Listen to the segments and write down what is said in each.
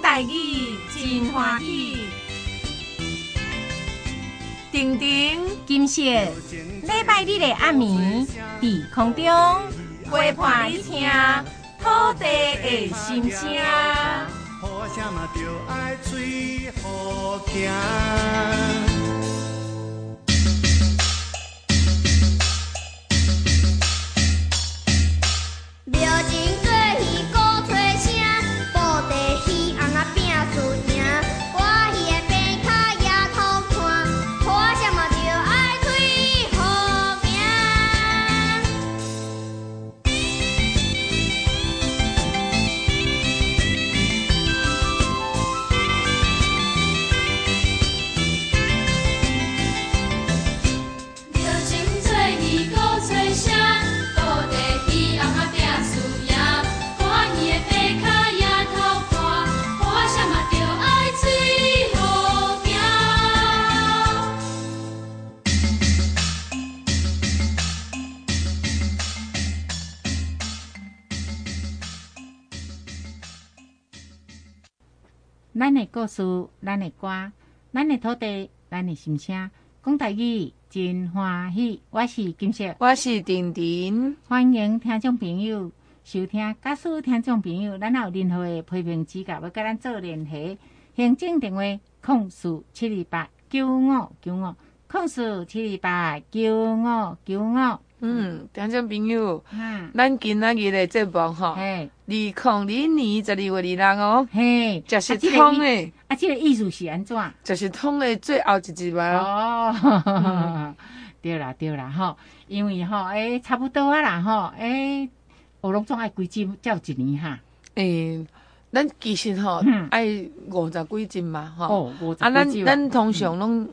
台语真欢喜。婷婷、金色，礼拜日的暗暝，伫空中陪伴你听土地的心声。 好什么就爱水好行。 咱的故事，咱的歌，咱的土地，咱的心声，讲台语真欢喜。我是金色， 我是婷婷， 欢迎听众朋友收听。假使听众朋友，咱有任何的批评指教，要甲咱做联系，行政电话04789595，04789595。 听众朋友，咱今仔日的节目吼，2020年12月26哦， 嘿， 就是通的， 这个意思是安怎？ 就是通的最后一集嘛。 哦，对啦吼，因为吼，差不多啊啦吼，学拢总爱几集才有一年哈。 咱其实吼爱50几集嘛吼。 哦，50几集。 咱通常拢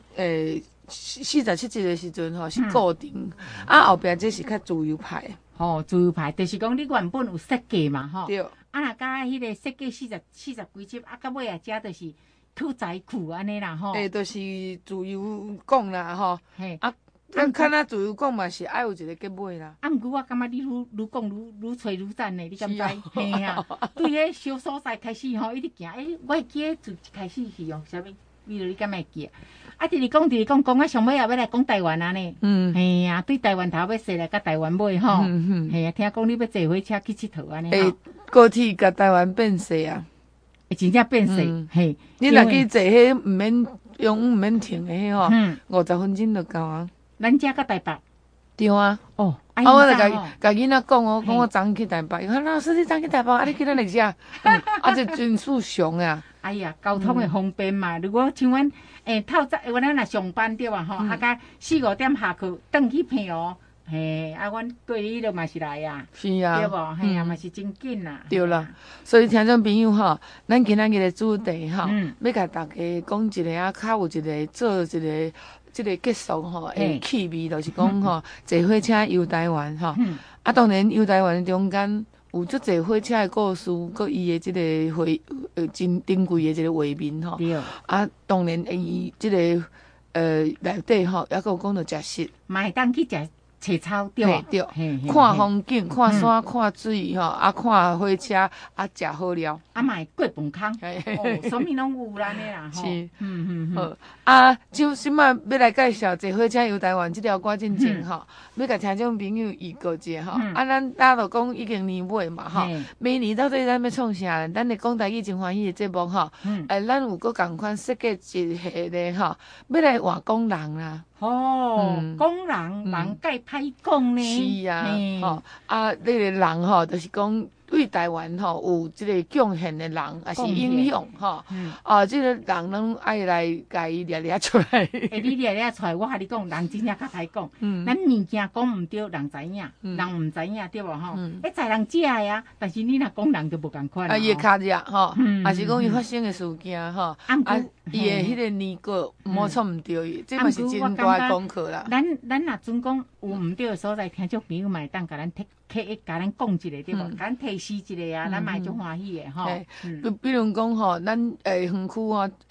47集的时阵吼是固定，后壁这是较自由派。 吼，自由派就是讲你原本有设计嘛吼。 对。 若甲迄个设计40几集，到尾啊，遮就是酷宅酷安尼啦吼。 就是自由讲啦吼。嘿。咱看咱自由讲嘛是爱有一个结尾啦。 毋过我感觉你愈讲愈找愈赞呢，你敢知？嘿啊，对迄小所在开始吼，一直行。我会记自开始是用啥物？比如你敢会记？直直讲，讲啊上尾也要来讲台湾啊呢。嘿啊，对台湾头要说来甲台湾尾吼。嘿啊，听讲你要坐火车去佚佗安尼吼。 高铁甲台湾变细啊！ 真正变细。嘿， 你若去坐迄毋免停的迄吼，50分钟就到啊。 咱遮到台北。对啊。 哦。 我就甲囡仔讲讲我昨去台北，伊讲老师你昨去台北，你去咱来遮，这真属上啊。 哎呀，交通会方便嘛。如果像阮透早，阮若上班对啊吼，甲4、5点下课，转去平哦。嘿，阮过日就嘛是来啊。 是啊。 对无？嘿啊，嘛是真紧啦。 对啦，所以听众朋友吼，咱今仔日的主题吼，要甲大家讲一个较有一个做一个这个结束吼的气味，就是讲吼，坐火车游台湾吼。当然游台湾中间。有足侪火车的故事，佮伊的即个真珍贵的即个画面吼。 对。 当然伊即个内底吼，还佫有讲到食食， 嘛会当去食青草对。 对。看风景，看山，看水吼，看火车，食好料。 嘛会过饭空。啥物拢有啦呢啦吼。 是。好。就即摆要来介绍坐火车游台湾即条歌进前吼，要甲听众朋友预告者吼。咱大家都讲已经年尾嘛吼，明年到底咱要创啥？咱的讲台语真欢喜的节目吼，咱有佫共款设计一系列吼，要来换讲人啦。 讲人介歹讲呢。 是啊。你个人吼，就是讲。对台湾吼有即个贡献的人，也是英雄吼。即个人拢爱来甲伊列出来。 你列出来，我甲你讲，人真正较歹讲。咱物件讲毋对，人知影，人毋知影对无吼？在人食的啊，但是你若讲人就无共款。 伊会卡热吼，也是讲伊发生的事件吼。伊的迄个年过毋好错毋对，这嘛是真大的功课啦。 咱若准讲有毋对的所在，听众朋友嘛会当甲咱甲咱讲一个对无？甲咱提示一个啊，咱嘛会足欢喜的吼。 比如讲吼，咱园区吼，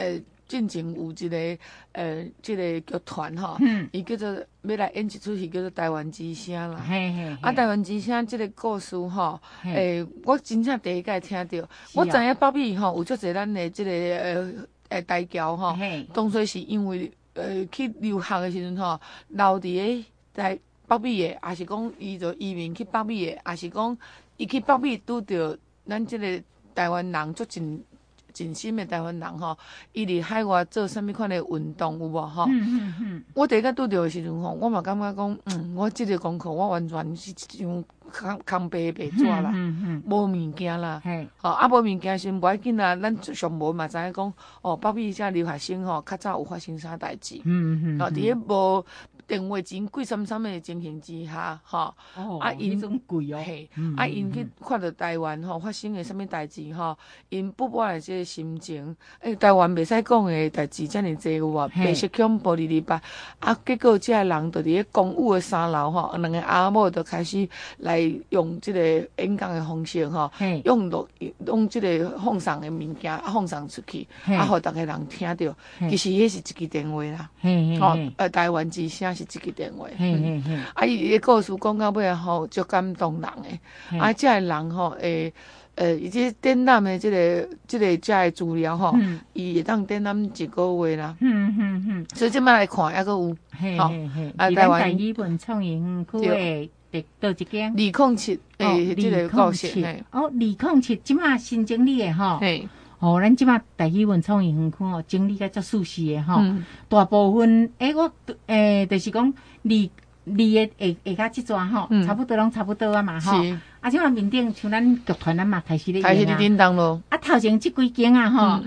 进前有一个这个剧团吼，伊叫做要来演一出戏叫做《台湾之声》啦。啊，《台湾之声》这个故事吼，我真正第一届听到，我知影北美吼有足侪咱的这个台侨吼，当初是因为去留学的时阵吼，留伫个北美的，也是讲伊就移民去北美的，也是讲伊去北美拄着咱这个台湾人足真心的台湾人吼，伊伫海外做啥物款的运动有无吼？我第一个拄着的时阵吼，我嘛感觉讲，我即个功课我完全是一张空白白纸啦，无物件啦，吼啊无物件时无要紧啦，咱上无嘛知影讲，北美遮留学生吼，较早有发生啥代志，伫咧无电话钱贵三的情形之下，吼，因种贵哦， 因去看到台湾吼发生的啥物代志吼，因不满的这个心情，台湾袂使讲的代志遮尔济有无？白色恐怖2、2、8，结果这人就伫咧公寓的3楼吼，2个阿某就开始来用这个演讲的方式吼，用这个放送的物件放送出去，互大家人听到，其实迄是一支电话啦，台湾之声。是一个电话，伊个故事讲到尾吼，足感动人诶。遮个人吼，伊这展览的这个遮个资料吼，伊会当展览1个月啦。所以即摆来看还阁有， 台湾第2文创园区的倒一间 207诶，这个故事。 207，即摆新整理的吼。咱即马第2文创园区整理甲足舒适的吼，大部分我就是讲离的下骹即阵吼，差不多拢差不多啊嘛吼。即马面顶像咱剧团咱嘛开始咧叮当咯。 头前即几间啊吼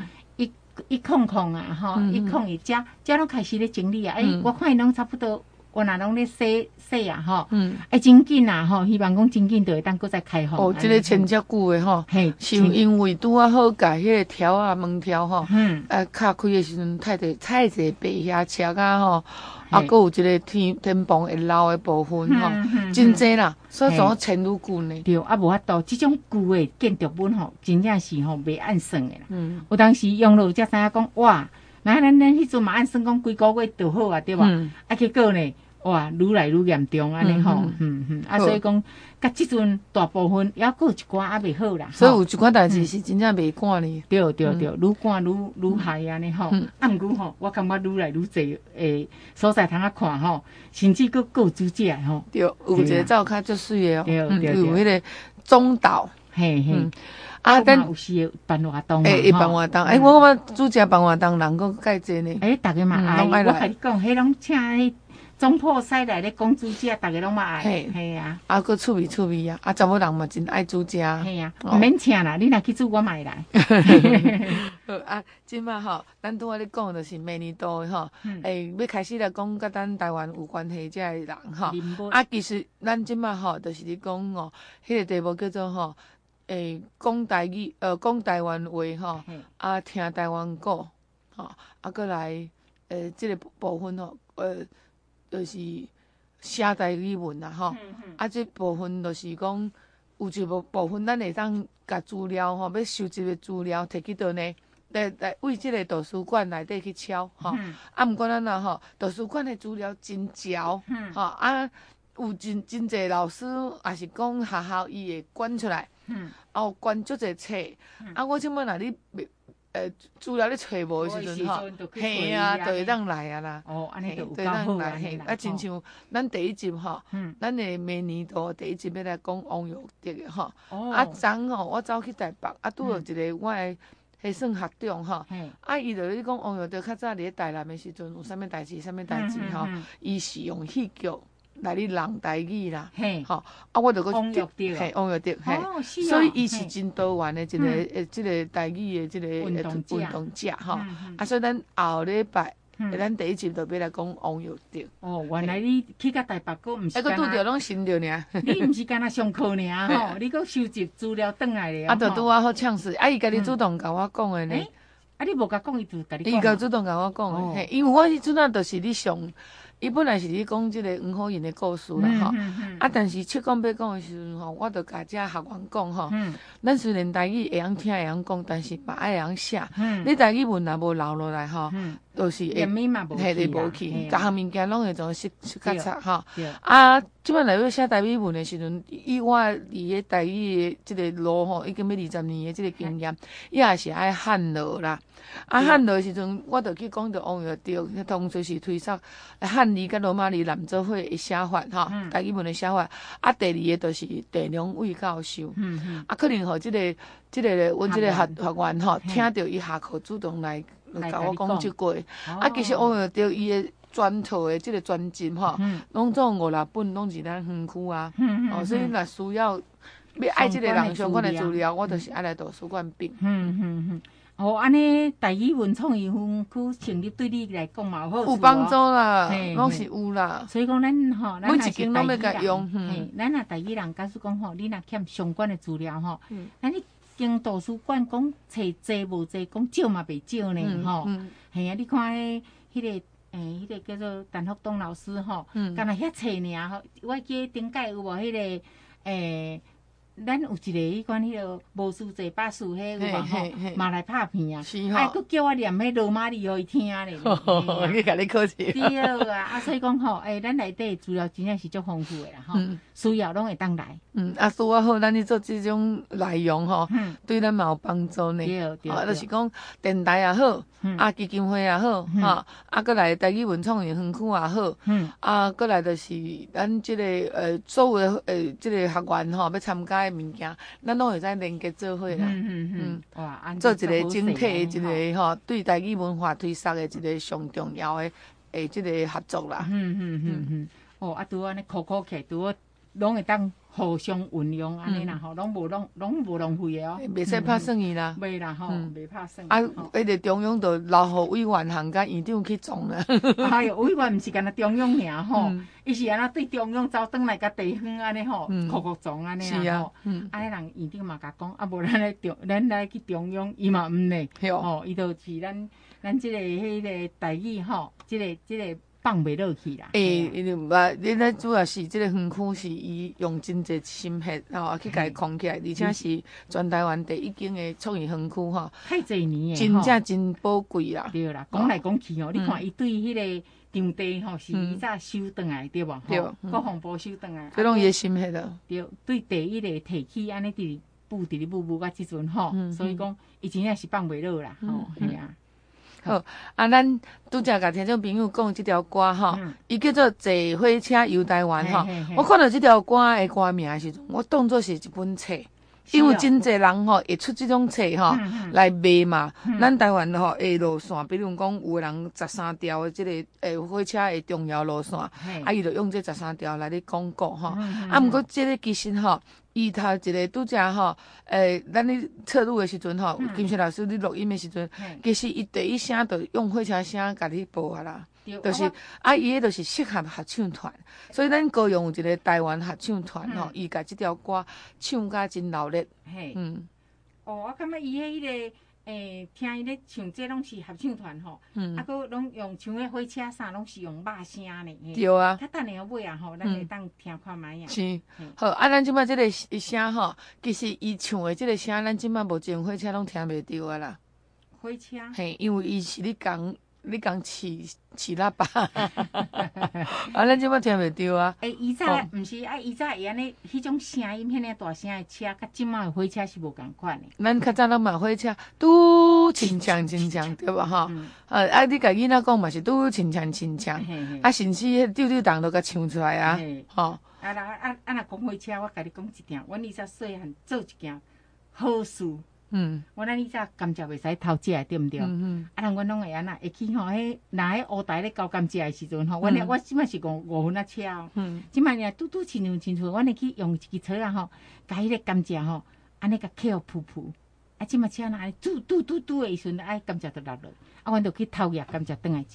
，100啊吼，101遮拢开始咧整理啊。我看伊拢差不多。我若拢咧洗啊吼，真紧啊吼，希望讲真紧就会当搁再开放。 这个穿遮久的吼，是因为拄啊好甲迄个条啊门条吼，敲开的时阵太济白遐车甲吼，搁有一个天棚会漏的部分吼，真济啦，所以说穿愈久呢。 对，无法度，即种旧的建筑物吼，真正是吼袂按算的啦。有当时用了才知影讲哇。咱迄阵嘛按算讲几个月就好啊，对吧？结果呢，哇，愈来愈严重安尼吼，所以讲，甲即阵大部分还佫有一寡还袂好啦。 所以有一寡代志是真正袂赶呢。 对，愈赶愈害安尼吼。毋过吼，我感觉愈来愈侪所在通看吼，甚至佫有主角吼。 对，有一个照较足水的哦。 对， 有迄个中岛。 等有时办活动会办活动。我感觉主持办活动人佫介济呢。 逐个嘛爱。我甲你讲，迄拢请迄总铺师来咧讲主持，逐个拢嘛爱。系啊。 佫趣味啊！查某人嘛真爱主持。系啊，毋免请啦，你若去煮，我嘛会来。 即摆吼，咱拄仔咧讲就是明年度吼，要开始来讲甲咱台湾有关系遮个人吼。其实咱即摆吼，就是咧讲哦，迄个题目叫做吼。讲台语，讲台湾话吼，听台湾歌，吼，搁来，这个部分吼，就是写台语文啦，吼，这部分就是讲有一部分咱会当甲资料吼，要收集的资料摕去倒呢，来为这个图书馆内底去抄，吼，毋过咱吼，图书馆的资料真潮，吼，有真侪老师也是讲学校伊会捐出来。捐足侪册，我即摆若你资料你找无的时阵吼，嘿啊，就会当来啊啦。 安尼就有当好来嘿。亲像咱第1集吼，咱的明年度第1集要来讲王玉德的吼。昨吼我走去台北，拄着一个我的迄算学长吼，伊就咧讲王玉德较早伫咧台南的时阵有啥物代志吼，伊是用戏剧。来你人台语啦，吼，我就王玉德， 王玉德，所以伊是真多元的一个即个台语的即个运动者吼，所以咱后礼拜，咱第1集就要来讲王玉德。 原来你去到台北佫毋是？ 佫拄着拢新着尔。 你毋是干那上课尔吼，你佫收集资料转来咧。 就拄啊好呛死，伊家己主动甲我讲的呢。 你无甲讲，伊就甲你讲。 伊家主动甲我讲的，因为我迄阵啊，就是咧上。 伊本来是咧讲即个黄好英的故事啦吼，但是七讲八讲的时阵吼，我著甲遮学员讲吼，咱虽然台语会晓听会晓讲，但是嘛爱会晓写。你台语文若无留落来吼，就是会嘿就无去，逐项物件拢会从失较差吼。啊，即摆来要写台语文的时阵，以我伫个台语的即个路吼，已经要20年的即个经验，伊也是爱汉落啦。啊，汉落的时阵，我著去讲着王耀德，当初是推测汉字甲罗马字南做伙的写法吼，台语文的写法。啊，第二个就是地良伟教授，啊，可能互即个阮即个学员吼，听着伊下课主动来甲我讲即句。啊，其实王耀德伊的全套的即个专辑吼，拢总5-6本，拢是咱园区啊。哦，所以若需要爱即个人相关的资料，我就是爱来图书馆订。 哦，安尼台语文创意园区成立对你来讲嘛有好处有帮助啦，拢是有啦。 所以讲咱吼， 每一间拢要甲用。 咱若台语人，假使讲吼，你若欠相关的资料吼，咱你经图书馆讲找济无济，讲少嘛袂少呢吼。嘿啊，你看迄个迄个叫做陈福东老师吼，敢若遐册尔吼，我记顶届有无迄个咱有一个迄款迄个无事坐巴士迄有无吼，嘛来拍片啊，还佫叫我念迄罗马字互伊听咧。 去甲你考试。 对啊，所以讲吼，咱内底资料真正是足丰富的啦吼，需要拢会当来。 拄好，咱咧做即种内容吼，对咱嘛有帮助呢。 对， 就是讲电台也好，基金会也好，佫来台语文创园区也好，佫来就是咱即个所有的即个学员吼，要参加的物件，咱拢会使连接做伙啦。哇，做一个整体的一个吼，对台语文化推广的一个上重要的即个合作啦。 哦，拄安尼考起，拄拢会当互相运用安尼啦吼，拢无浪费的哦。 袂使拍算伊啦。 袂啦吼，袂拍算。 迄个中央就留互委员行甲院长去种啦。 哎哟，委员毋是干那中央尔吼，伊是安那对中央走转来甲地方安尼吼，酷种安尼啦吼。安尼人院长嘛甲讲，啊无咱来去中央，伊嘛毋呢。吼，伊就是咱即个迄个台语吼，即个。放袂落去啦。 你咱主要是即个园区是伊用真侪心血吼去甲伊控起来，而且是全台湾第一间的创意园区吼。 太侪年诶，真正真宝贵啦。 对啦，讲来讲去吼，你看伊对迄个场地吼是伊早收转来对无？对，国防部收转来。 这拢伊的心血啦。 对，对第一个提起安尼伫布到即阵吼，所以讲伊真正是放袂落啦。吼，系啊。 好，咱拄则甲听众朋友讲即条歌吼，伊叫做《坐火车游台湾》吼。我看到即条歌的歌名的时阵，我当作是一本册，因为真侪人吼会出即种册吼来卖嘛。咱台湾吼的路线，比如讲有人13条的即个火车的重要路线，伊就用这13条来咧广告吼。毋过即个其实吼。伊头一个拄则吼，咱咧测录的时阵吼，金雪老师咧录音的时阵，其实伊第一声就用火车声甲你播啊啦，就是伊迄就是适合合唱团，所以咱高雄有一个台湾合唱团吼，伊甲即条歌唱甲真热烈。 我感觉伊迄个。听伊咧唱，这拢是合唱团吼，佫拢用唱的火车啥，拢是用肉声呢。 对啊。 较等下尾啊吼，咱会当听看卖啊。 是，好，咱即摆即个声吼，其实伊唱的即个声，咱即摆无坐火车拢听袂着啊啦。 火车。 嘿，因为伊是你讲起喇叭，咱即摆听袂着啊。 以前毋是以前会安尼，迄种声音，遐尔大声的车，甲即摆的火车是无共款的。 咱较早拢嘛火车，拄亲像对吧？吼，你甲囡仔讲嘛是拄亲像，甚至迄丢动都甲唱出来啊，吼。 若讲火车，我甲你讲一件，阮20岁汉做一件好事。我咱早甘蔗袂使偷食，对毋对？人阮拢会安那会去吼，迄乌台咧交甘蔗的时阵吼，我即摆是5分车哦。即摆呢，拄亲像，阮会去用一支车啊吼，甲迄个甘蔗吼，安尼甲捡互噗噗。即摆车若安尼嘟的时阵，甘蔗就落落，阮就去偷野甘蔗转来食。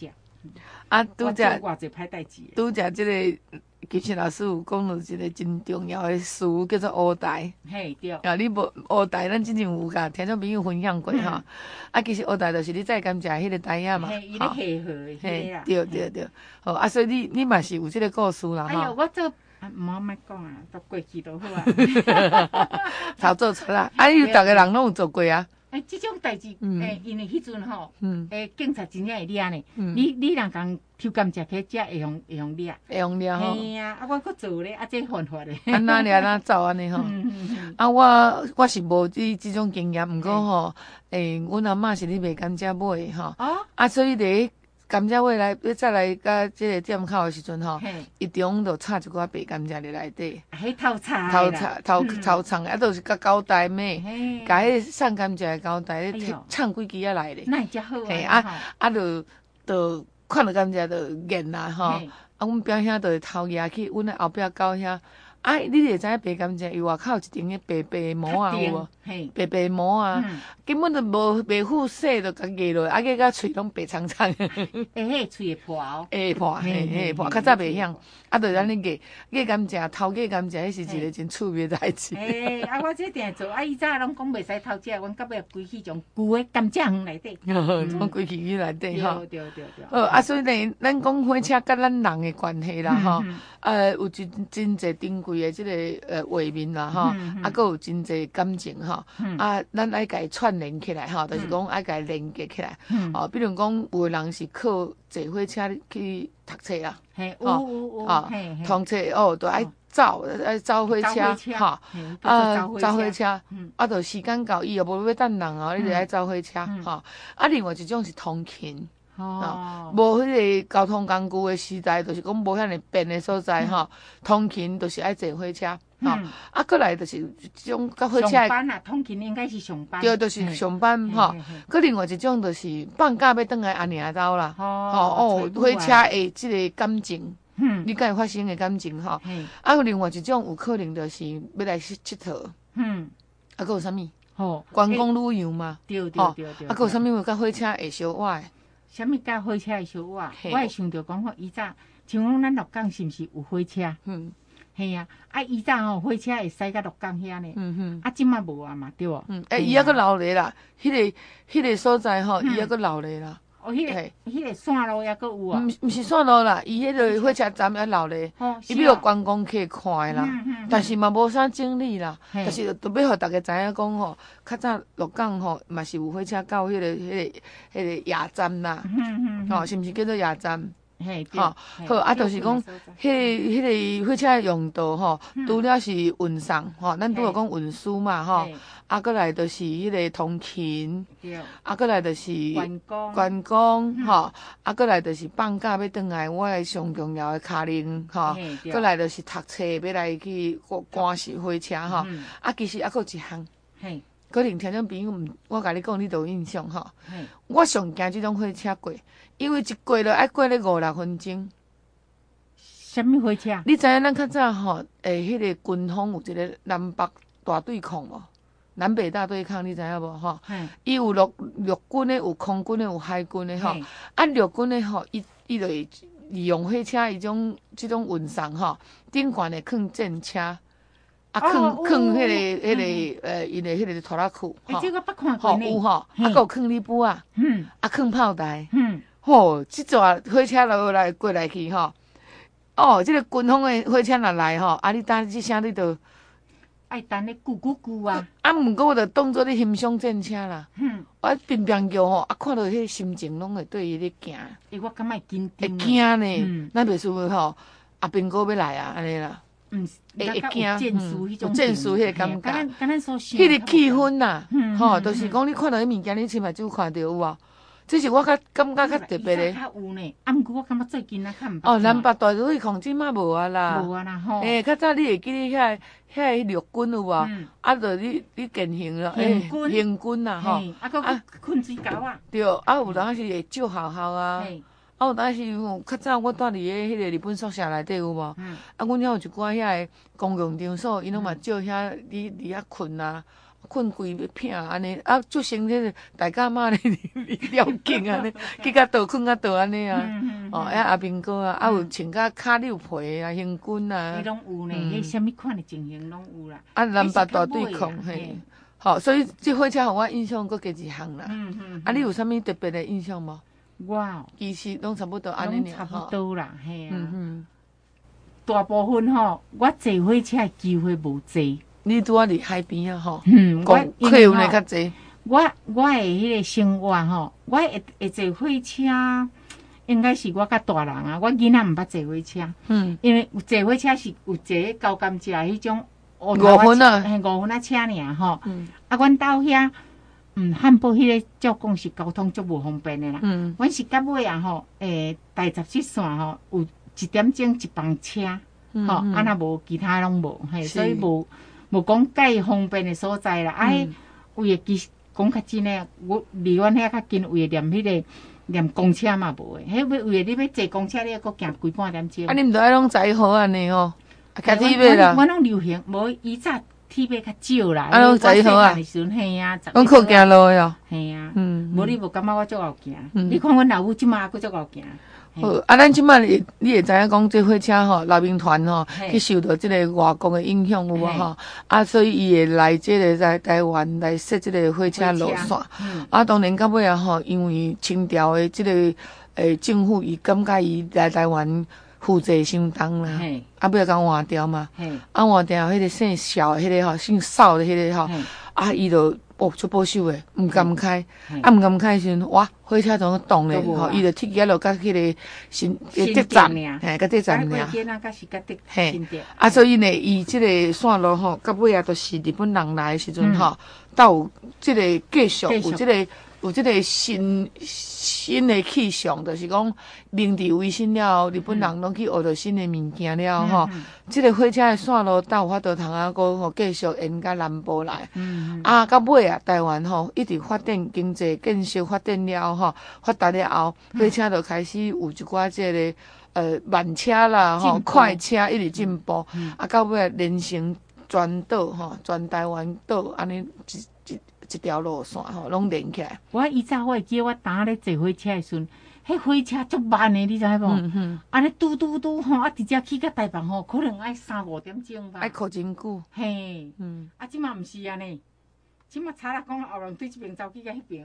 啊，拄则偌济歹代志。 拄则即个，其实老师有讲到一个真重要的词叫做乌台。 嘿，对。 啊，你无乌台，咱之前有甲听众朋友分享过吼。啊，其实乌台就是你再甘食迄个台仔嘛。 嘿，伊咧下河的迄个啦。 对对对。好啊，所以你嘛是有即个故事啦，吼。 哎呦，我做毋好莫讲啊，都过去就好啊。 头做出啦，啊，你逐个人拢有做过啊。 即种代志，因为迄阵吼，警察真正会抓呢。 嗯你若讲抽甘蔗去食，会用抓。 会用抓吼。 嘿啊，啊，我搁做咧，啊，这犯法咧。 安那安那走安尼吼。啊，我是无即种经验，毋过吼，阮阿嬷是咧卖甘蔗买的吼。啊，所以伫甘蔗尾来，再来甲即个店口的时阵吼，一中就插一寡白甘蔗伫内底。 迄头插头插啊，都是甲胶带咩，甲迄送甘蔗的胶带咧插几支啊来咧。 那遮好啊，就看到甘蔗就研啦吼。啊，阮表兄就会偷举去阮的后壁狗遐。啊，你会知影白甘蔗伊外口有一层迄白膜啊，有无？白膜啊，根本就无袂好洗，就甲压落，啊，个喙拢白苍苍。 迄喙会破哦。 会破，嘿破，较早袂晓，啊，就安尼压甘蔗，偷压甘蔗，迄是一个真趣味的代志。 啊，我这定做，啊，伊早拢讲袂使偷食，阮到尾规去种旧的甘蔗园内底。 从规去去内底吼。 对。 啊，所以呢，咱讲火车甲咱人的关系啦吼，有真侪珍贵的即个画面啦吼，啊，搁有真侪感情吼，啊，咱爱甲伊串联起来吼，就是讲爱甲伊连接起来，哦，比如讲有的人是靠坐火车去读册啦， 有， 通册哦，都爱走火车，吼，啊，走火车，啊，就时间到，伊又无要等人哦，你就爱走火车，吼，啊，另外一种是通勤。无迄个交通工具的时代，就是讲无遐尼便的所在吼，通勤就是爱坐火车，吼，啊，过来就是即种甲火车。 上班啊，通勤应该是上班。 对，就是上班吼。佮另外一种就是放假要倒来阿娘兜啦，吼，火车的即个感情，你甲伊发生的感情吼。啊，另外一种有可能就是要来佚佚佗，啊，佮有啥物？观光旅游嘛， 对。 啊，佮有啥物甲火车会相活的？ 啥物甲火车会相活？我会想着讲吼，以前像讲咱鹿港是毋是有火车？嘿啊，啊以前吼火车会驶到鹿港遐呢。啊，即摆无啊嘛，对无？ 伊还佫留咧啦，迄个所在吼，伊还佫留咧啦。 迄个线路还佫有啊？ 毋是线路啦，伊迄个火车站还留咧，伊要互观光客看啦。但是嘛无啥整理啦，但是就要互大家知影讲吼，较早鹿港吼嘛是有火车到迄个夜站啦，吼是毋是叫做夜站？吼好啊，就是讲迄个火车用途吼，除了是运送吼，咱拄有讲运输嘛吼，啊，过来就是迄个通勤，啊，过来就是观光吼，啊，过来就是放假要倒来，我的上重要的客人吼，过来就是读册要来去赶时火车吼，啊，其实还佫有一项，可能听众朋友我甲你讲，你都有印象吼，我上惊即种火车过。因为一过就爱过咧5-6分钟。 什么火车？ 你知影咱较早吼，迄个军方有一个南北大对抗无？南北大对抗，你知影无吼？伊有陆军的，有空军的，有海军的吼。啊，陆军的吼，伊就会利用火车即种运送吼，顶悬会放战车，啊，放迄个因的迄个拖拉库吼。这个捌看过呢。 有吼，啊，佮有放礼布啊，啊，放炮台。吼，即座火车落来过来去吼，哦，即个军方的火车若来吼，啊，你等即声你就爱等咧咕咕咕啊！ 啊，毋过我就当作咧欣赏战车啦。我乒乒叫吼，啊，看到迄个心情拢会对伊咧行。 我感觉紧张。会惊呢，咱袂输吼，阿兵哥要来啊，安尼啦。 会惊，有战术迄个感觉， 迄个气氛啦，吼，就是讲你看到迄物件，你起码就看到有无？这是我感觉较特别的。 较有呢，啊，毋过我感觉最近较毋捌。 哦，南北大对抗即摆无啊啦。 无啊啦吼。 较早你会记得遐陆军有无？啊，就你健行了，行军啦吼。 啊，佮困水沟啊。 对，啊，有当时会照校校啊。啊，有当时较早我住伫迄个日本宿舍内底有无？啊，阮遐有一寡遐个公共场所，伊拢嘛照遐你遐困啊。 困规片安尼，啊，足成迄个大家妈咧了劲安尼，去到倒困到倒安尼啊。哦，阿兵哥啊，有穿甲骹溜皮啊、行军啊。 伊拢有呢，迄什么款的情形拢有啦。 啊，南北大对抗嘿。好，所以这火车互我印象佫加一项啦。啊，你有啥物特别的印象无？ 我其实拢差不多安尼尔， 差不多啦，嘿啊。大部分吼，我坐火车的机会无坐。 你拄啊伫海边啊吼， 我客有呢较济。 我的迄个生活吼，我会坐火车，应该是我较大人啊。我囡仔毋捌坐火车，因为坐火车是有坐高甘蔗迄种 5分啊， 嘿5分车尔吼。啊，阮兜遐，汉堡迄个照讲是交通足无方便的啦。阮是到尾啊吼，第17线吼有1点钟一班车，吼，啊若无其他拢无，嘿，所以无讲介方便的所在啦。啊，为的其讲较真诶，我离阮遐较近，为的连公车嘛无诶。迄为的你要坐公车，你还佫行规半点钟。 啊，你毋着爱拢载好安尼吼，开始买啦。 我拢流行，无以早铁马较少啦。 啊，拢载好啊。 嘿啊， 拢靠行路哟。 嘿啊，无你无感觉我足后行。你看阮老母即马还佫足后行。 好，啊，咱即摆你会知影讲，这火车吼，老兵团吼，去受到即个外国的影响有无吼？啊，所以伊会来即个在台湾来设即个火车路线。啊，当然到尾啊吼，因为清朝的即个政府，伊感觉伊来台湾负债伤重啦，啊，尾甲换掉嘛。啊，换掉迄个姓邵的迄个吼，姓邵的迄个吼，啊，伊就出保守的，毋敢开，啊，毋敢开时阵，哇，火车怎动咧？吼，伊就铁起落甲迄个新地站，嘿，甲地站尔。嘿，啊，所以呢，伊即个线路吼，到尾啊，都是日本人来的时阵吼，倒有即个继续有即个新的气象，就是讲明治维新了后，日本人拢去学到新的物件了吼。即个火车的线路，倒有法度通啊，搁继续沿到南部来。啊，到尾啊，台湾吼一直发展经济建设发展了吼，发达了后，火车就开始有一寡即个慢车啦吼，快车一直进步。啊，到尾连成全岛吼，全台湾岛安尼一条路线吼，拢连起来。 我以前我会记得我当咧坐火车的时阵，迄火车足慢的，你知无？安尼嘟嘟嘟吼，啊直接去到台北吼，可能爱3-5点钟吧。 爱靠真久。 嘿，啊，即马毋是安尼，即马查啦讲后人对即边走去到迄边。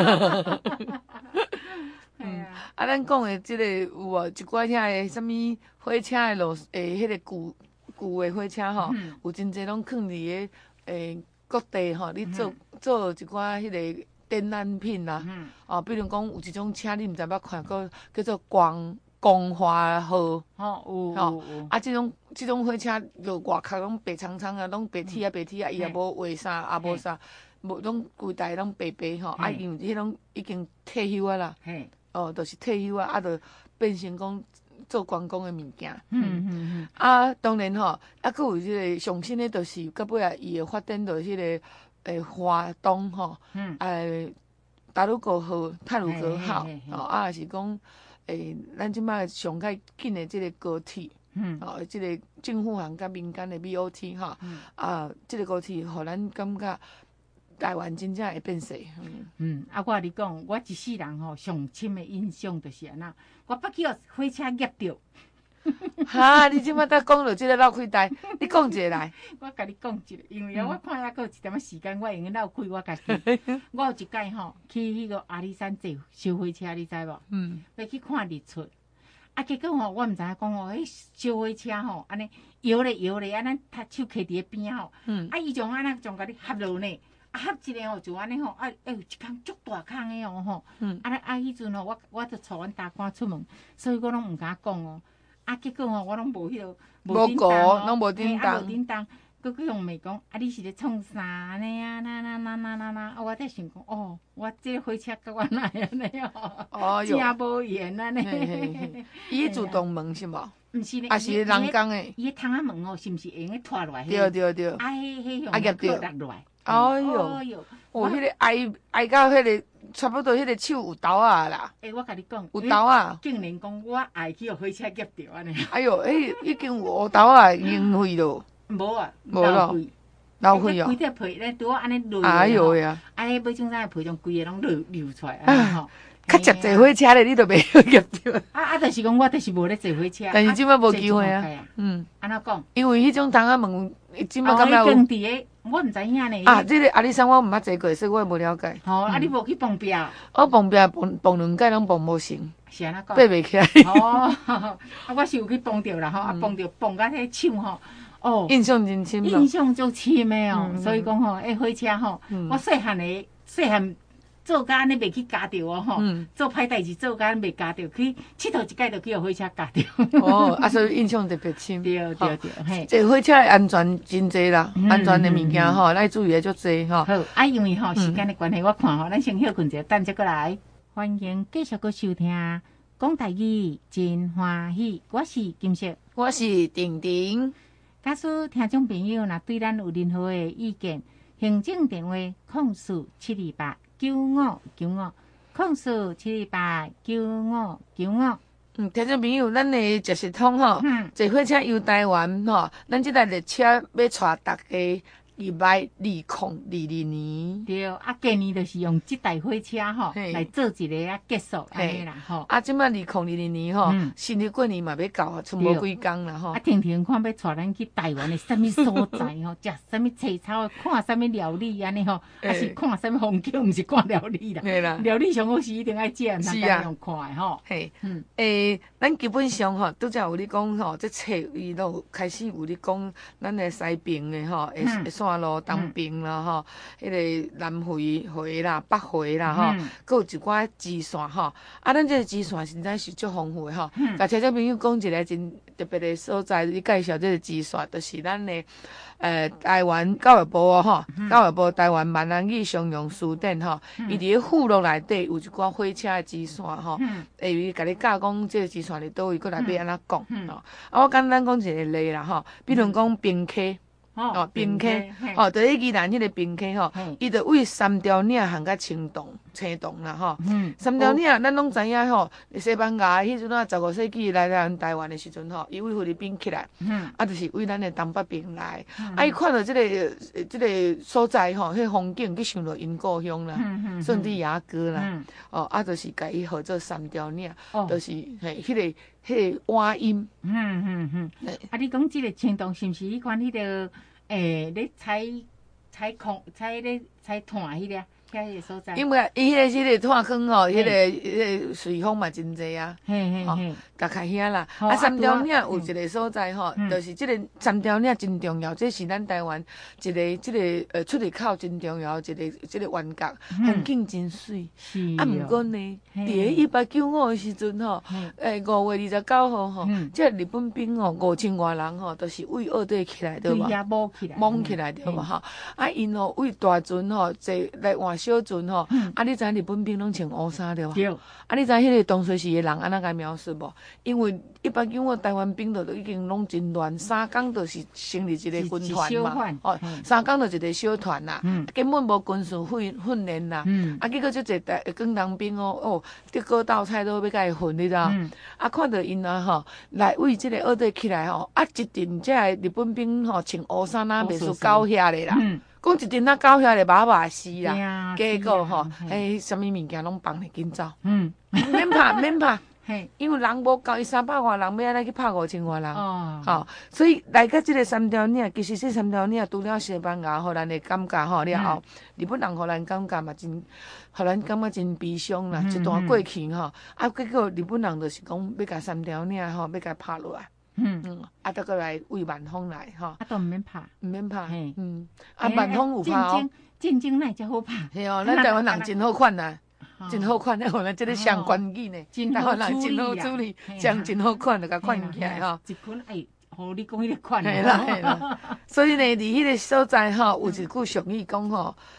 啊，咱讲的即个有无一寡遐的什物火车的路迄个旧的火车吼，有真济拢囥伫个各地吼，你做一寡迄个展览品啦。哦，比如讲有一种车，你毋知捌看过，叫做光华号。有。啊，即种火车就外壳拢白苍苍啊，拢白铁啊，伊也无画啥，也无啥，无拢规台拢白吼。啊，因为迄种已经退休啊啦。哦，就是退休啊，啊，就变成讲做观光的物件。啊，当然吼，啊，佫有即个上新的，就是到尾啊，伊会发展到迄个华东吼，达鲁阁号、太鲁阁号，啊，也是讲咱即摆上较紧的即个高铁，即个政府行甲民间的 BOT 吼，啊，即个高铁，互咱感觉台湾真正会变细。 啊，我甲你讲，我一世人吼上深的印象就是安那，我捌去互火车夹着。 哈！你即摆才讲到即个绕开台，你讲一个来。 我甲你讲一个，因为我看还佫有一点仔时间，我用去绕开我家己。我有一摆吼去迄个阿里山坐小火车，你知无？要去看日出。啊，结果吼，我毋知影讲吼，迄小火车吼，安尼摇咧，安尼他手揢伫个边吼。啊，伊从安尼从甲你合落呢，啊合一个吼就安尼吼，啊有一空足大空的哦吼。啊迄阵吼，我就带阮大官出门，所以我拢毋敢讲哦。啊，结果吼，我拢无迄个， 无顾，拢无叮当， 无叮当。佮佮用问讲，啊，你是咧创啥安尼啊？啊，我在想讲，哦，我这个火车甲我哪安尼哦，真无缘安尼。 伊自动门是无？ 毋是咧， 啊是人工诶。 伊个窗仔门哦，是毋是会用去拖落来？ 对。 啊，迄用落落来。 哎哟，哦，迄个挨到迄个。差不多迄个手有豆啊啦！ 我甲你讲， 有豆啊！ 竟然讲我爱去火车夹着安尼。 哎哟，已经有豆啊，用废咯。 无啊， 无咯。 流血哦， 规块皮咧，拄好安尼落。 哎呦呀！ 哎，要种啥皮种规个拢流出来啊吼。 较食坐火车咧，你都袂有入着。 就是讲我就是无咧坐火车。 但是即摆无机会啊。 安怎讲？ 因为迄种东仔问，即摆感觉有。 耕地诶，我毋知影呢。 这个阿里山我毋捌坐过，所以我无了解。 你无去碰壁？ 我碰壁碰2摆拢碰无成。 是安怎讲？ 爬袂起来。 我是有去碰着啦吼，碰到迄手吼。 印象真深咯。 印象足深诶哦，所以讲吼，火车吼，我细汉。做甲安尼袂去夹着哦吼，做歹代志做甲安尼袂夹着，去佚佗一摆就去互火车夹着。 所以印象特别深。 对，嘿。 坐火车安全真济啦，安全的物件吼，咱注意的足济吼。 好，因为吼时间的关系，我看吼，咱先休困者，等者过来。欢迎继续搁收听讲台语真欢喜，我是金色， 我是婷婷。 假使听众朋友若对咱有任何的意见，行政电话0478959504789595。 听众朋友，咱的即时通吼，坐火车游台湾吼，咱即台列车要带大家入来2022年。 对，今年就是用这台火车吼来做一个结束安尼啦吼。 即摆2022年吼，新的过年嘛要到啊，剩无几工啦吼。 天天看要带咱去台湾的什么所在吼，食什么青草，看什么料理安尼吼，还是看什么风景，毋是看料理啦。对啦，料理上好是一定爱食，唔通用看的吼。 咱基本上吼，拄则有你讲吼，这册伊都开始有你讲咱的西边的吼，会线路东边啦吼，迄个南回啦、北回啦吼，佮有一寡支线吼。咱这个支线实在是足丰富的吼。甲听众朋友讲一个真特别的所在，你介绍这个支线，就是咱的台湾教育部哦吼，教育部台湾闽南语商用书店吼，伊伫咧附录内底有一寡火车的支线吼，伊甲你教讲这个支线伫倒位，佮内底安怎讲吼。我简单讲一个例啦吼，比如讲平溪。平溪，就咧宜兰迄个平溪吼，伊就为三条岭行到青洞啦吼。三条岭咱拢知影吼，西班牙迄阵啊，15世纪来咱台湾的时阵吼，伊为菲律宾起来，就是为咱的东北边来。伊看到即个所在吼，迄风景，去想到因故乡啦，圣地亚哥啦，就是甲伊号做三条岭，就是迄个晚音。 你讲即个青洞是毋是迄款迄个？咧采炭迄个，遐个所在。因为伊迄个炭坑吼，迄个水风嘛真济啊，大概遐啦。三条岭有一个所在吼，就是即个三条岭真重要，这是咱台湾一个出入口真重要一个弯角，风景真水。毋过呢，伫1895的时阵吼，5月29号吼，即日本兵吼5000多人吼，都是为二队起来对吧？蒙起来对吧？吼，因吼为大船吼坐来换小船吼，你知日本兵拢穿乌衫对吧？你知迄个当时是的人安怎甲描述无？因为1895台湾兵都已经拢真乱，3工就是成立一个军团嘛，3工就一个小团啦，根本无军事训练啦，结果即个广东兵得过斗菜都要甲伊混，你知道？看到因吼来为即个二队起来吼，一阵即个日本兵吼穿乌衫啊，袂输搞遐咧啦。讲一阵搞遐咧麻死啦，结果吼，什么物件拢放咧紧走，免拍，因为人无够，伊300多人要安尼去拍5000多人，所以来到即个三条岭，其实这三条岭除了西班牙互咱的感觉吼了后，日本人互咱感觉嘛真，互咱感觉真悲伤啦，一段过去吼，结果日本人就是讲要甲三条岭吼，要甲拍落来。再过来为万丰来吼， 都毋免拍， 万丰有拍哦， 战争那才好拍。 是哦，咱台湾人真好款呐，真好款，互咱即个上关键呢，台湾人真好处理，将真好款，就甲款起来吼。 一款互你讲迄个款。 系啦，所以呢，伫迄个所在吼，有一句俗语讲吼，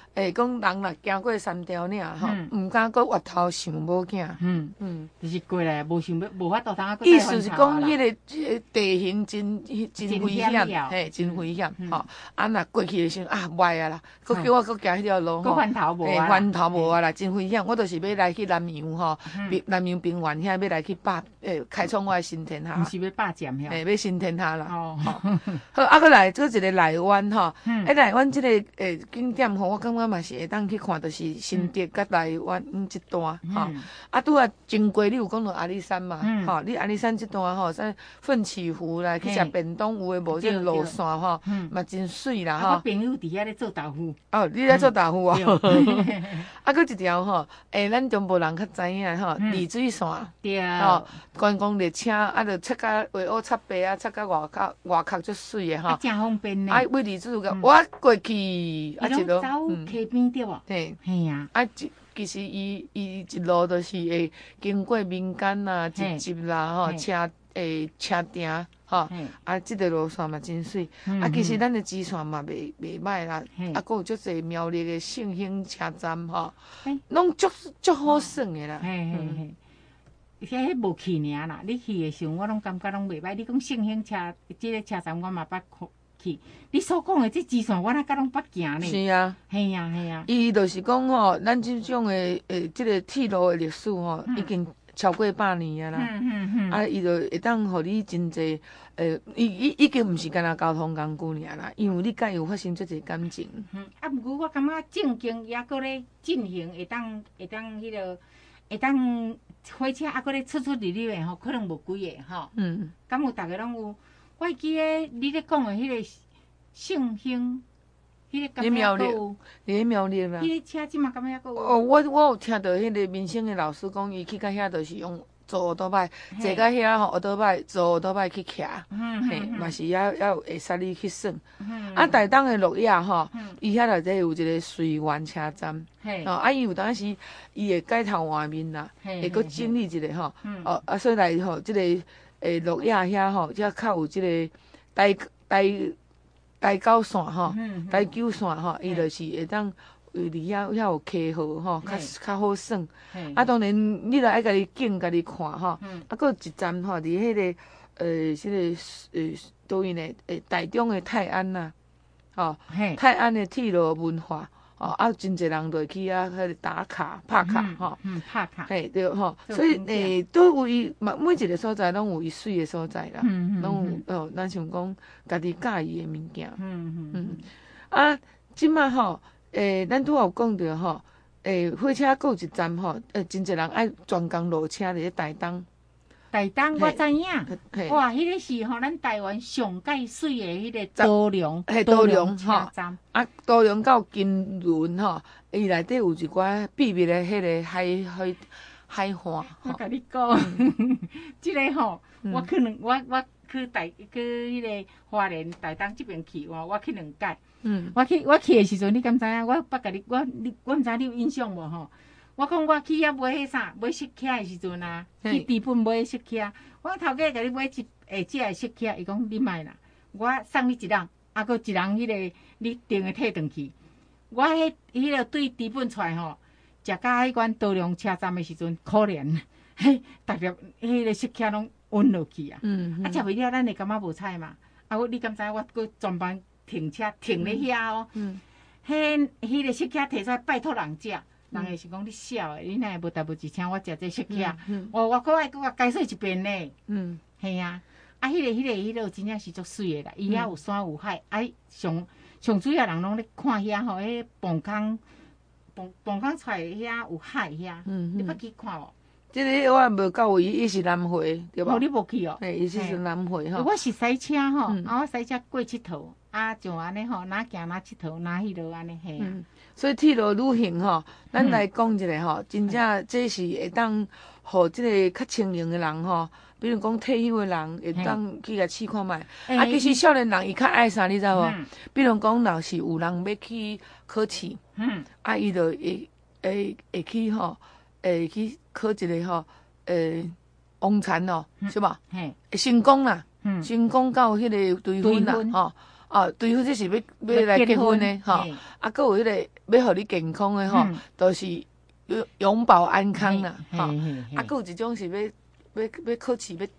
讲人若行过3条岭吼，毋敢搁回头想某囝。 就是过来无想要，无法度通啊。 意思是讲，迄个地形真危险，嘿，真危险吼。啊，若过去的时候啊，歹啊啦，搁叫我搁行迄条路吼， 翻头无啊， 翻头无啊啦，真危险。我就是要来去南洋吼，南洋平原遐要来去开创我的新天下。 毋是要霸占遐， 要新天下啦。 哦， 好，啊，搁来做一个内湾吼，内湾即个景点吼，我感觉嘛是会当去看，就是新竹甲内湾这段吼。啊，拄啊经过你有讲到阿里山嘛，吼，你阿里山这段吼，啥奋起湖来去食便当，有诶无？这路线吼，嘛真水啦吼。 我朋友伫遐咧做豆腐。 哦，你咧做豆腐啊？啊，搁一条吼，咱中部人较知影吼，丽水线。 对。 吼，观光列车啊，着插甲画乌插白啊，插甲外壳足水诶吼。 真方便呢。 啊，为丽水个，我过去啊，一路走溪边对无？ 对。 嘿啊。 啊，其实伊一路都是会经过民间啦、集集啦吼，车埕吼，啊，即个路线嘛真水。啊，其实咱的支线嘛袂歹啦，啊，佫有足侪苗栗的盛兴车站吼，拢足好耍的啦。 迄无去尔啦，你去的时候我拢感觉拢袂歹。你讲盛兴车，即个车站我嘛捌去。你所讲的这支线，我哪敢拢捌行呢？ 是啊， 系啊系啊。 伊就是讲吼，咱即种的即个铁路的历史吼，已经超过100年啊啦。啊，伊就会当互你真侪已经毋是干那交通工具尔啦，因为你甲伊有发生足侪感情。 啊，毋过我感觉正经也搁咧进行，会当迄个会当火车还搁咧出入的吼，可能无几个吼。敢有逐个拢有？我会记咧你咧讲的迄个。盛兴，迄个敢若还有， 伫苗栗啦。 迄个车即嘛敢若还有。 哦，我有听到迄个民生的老师讲，伊去到遐就是用坐奥拜，坐到遐吼奥拜坐奥拜去徛，嘿，嘛是也有会使你去耍。啊，台东的鹿野吼，伊遐内底有一个水源车站，哦，啊，伊有当时伊会改头换面啦，会搁整理一下吼，哦，啊，所以来吼，即个鹿野遐吼，遮较有即个台九线吼，台九线吼，伊就是会当离遐有溪河吼，较好耍。啊，当然你著爱家己景家己看吼。啊，佫有一站吼，伫迄个即个倒位呢？台中的泰安呐，吼，泰安的铁路文化。哦，啊，真侪人就会去啊，迄打卡、拍卡，吼， 拍卡， 嘿，对吼，所以都有伊，每一个所在拢有伊水的所在啦，拢有哦，咱想讲家己介意的物件，啊，即马吼，咱拄有讲着吼，火车佫有一站吼，真侪人爱专工落车伫咧台东。 台东我知影，哇，迄个是吼咱台湾上界水的迄个高雄车站。 啊，高雄到金轮吼，伊内底有一寡秘密的迄个海岸。 我甲你讲，即个吼，我可能我去迄个花莲台东这边去，我去2届。我去的时阵，你敢知影？我捌甲你，我毋知你有印象无吼？我讲我去遐买迄啥，买雪屉的时阵啊，去日本买雪屉，我头家甲你买即个雪屉，伊讲你莫啦，我送你一人，啊，搁一人迄个你订的退转去。我迄个对日本出来吼，食到迄款高雄车站的时阵，可怜，嘿，逐粒迄个雪屉拢温落去啊。啊，食袂了，咱会感觉无彩嘛。啊，你敢知我搁专门停车停咧遐哦。迄个雪屉摕出来拜托人食。人会是讲你笑诶，你哪会无代无志请我食这雪屉？我搁爱解说一遍呢。系啊，啊，迄个真正是足水诶啦，伊遐有山有海，啊，上主要人拢咧看遐吼，迄磅空出来遐有海遐，你捌去看无？ 即个我无到位，伊是南回对吧？ 哦，你无去哦？ 伊是南回吼。 我是驶车吼，啊，我驶车过佚佗，啊，像安尼吼，哪行哪佚佗，哪迄落安尼嘿啊。 所以铁路旅行吼，咱来讲一下吼，真正这是会当，互即个较清闲的人吼，比如讲退休的人，会当去甲试看觅。啊，其实少年人伊较爱啥，你知无？比如讲，若是有人要去考试，啊，伊就会去吼，去考一个吼，王残哦，是吧？成功啦，成功到迄个追分啦，吼。 哦，除非这是要来结婚的吼，啊，搁有迄个要互你健康的吼，都是永保安康啦，吼，啊，搁有一种是要考试要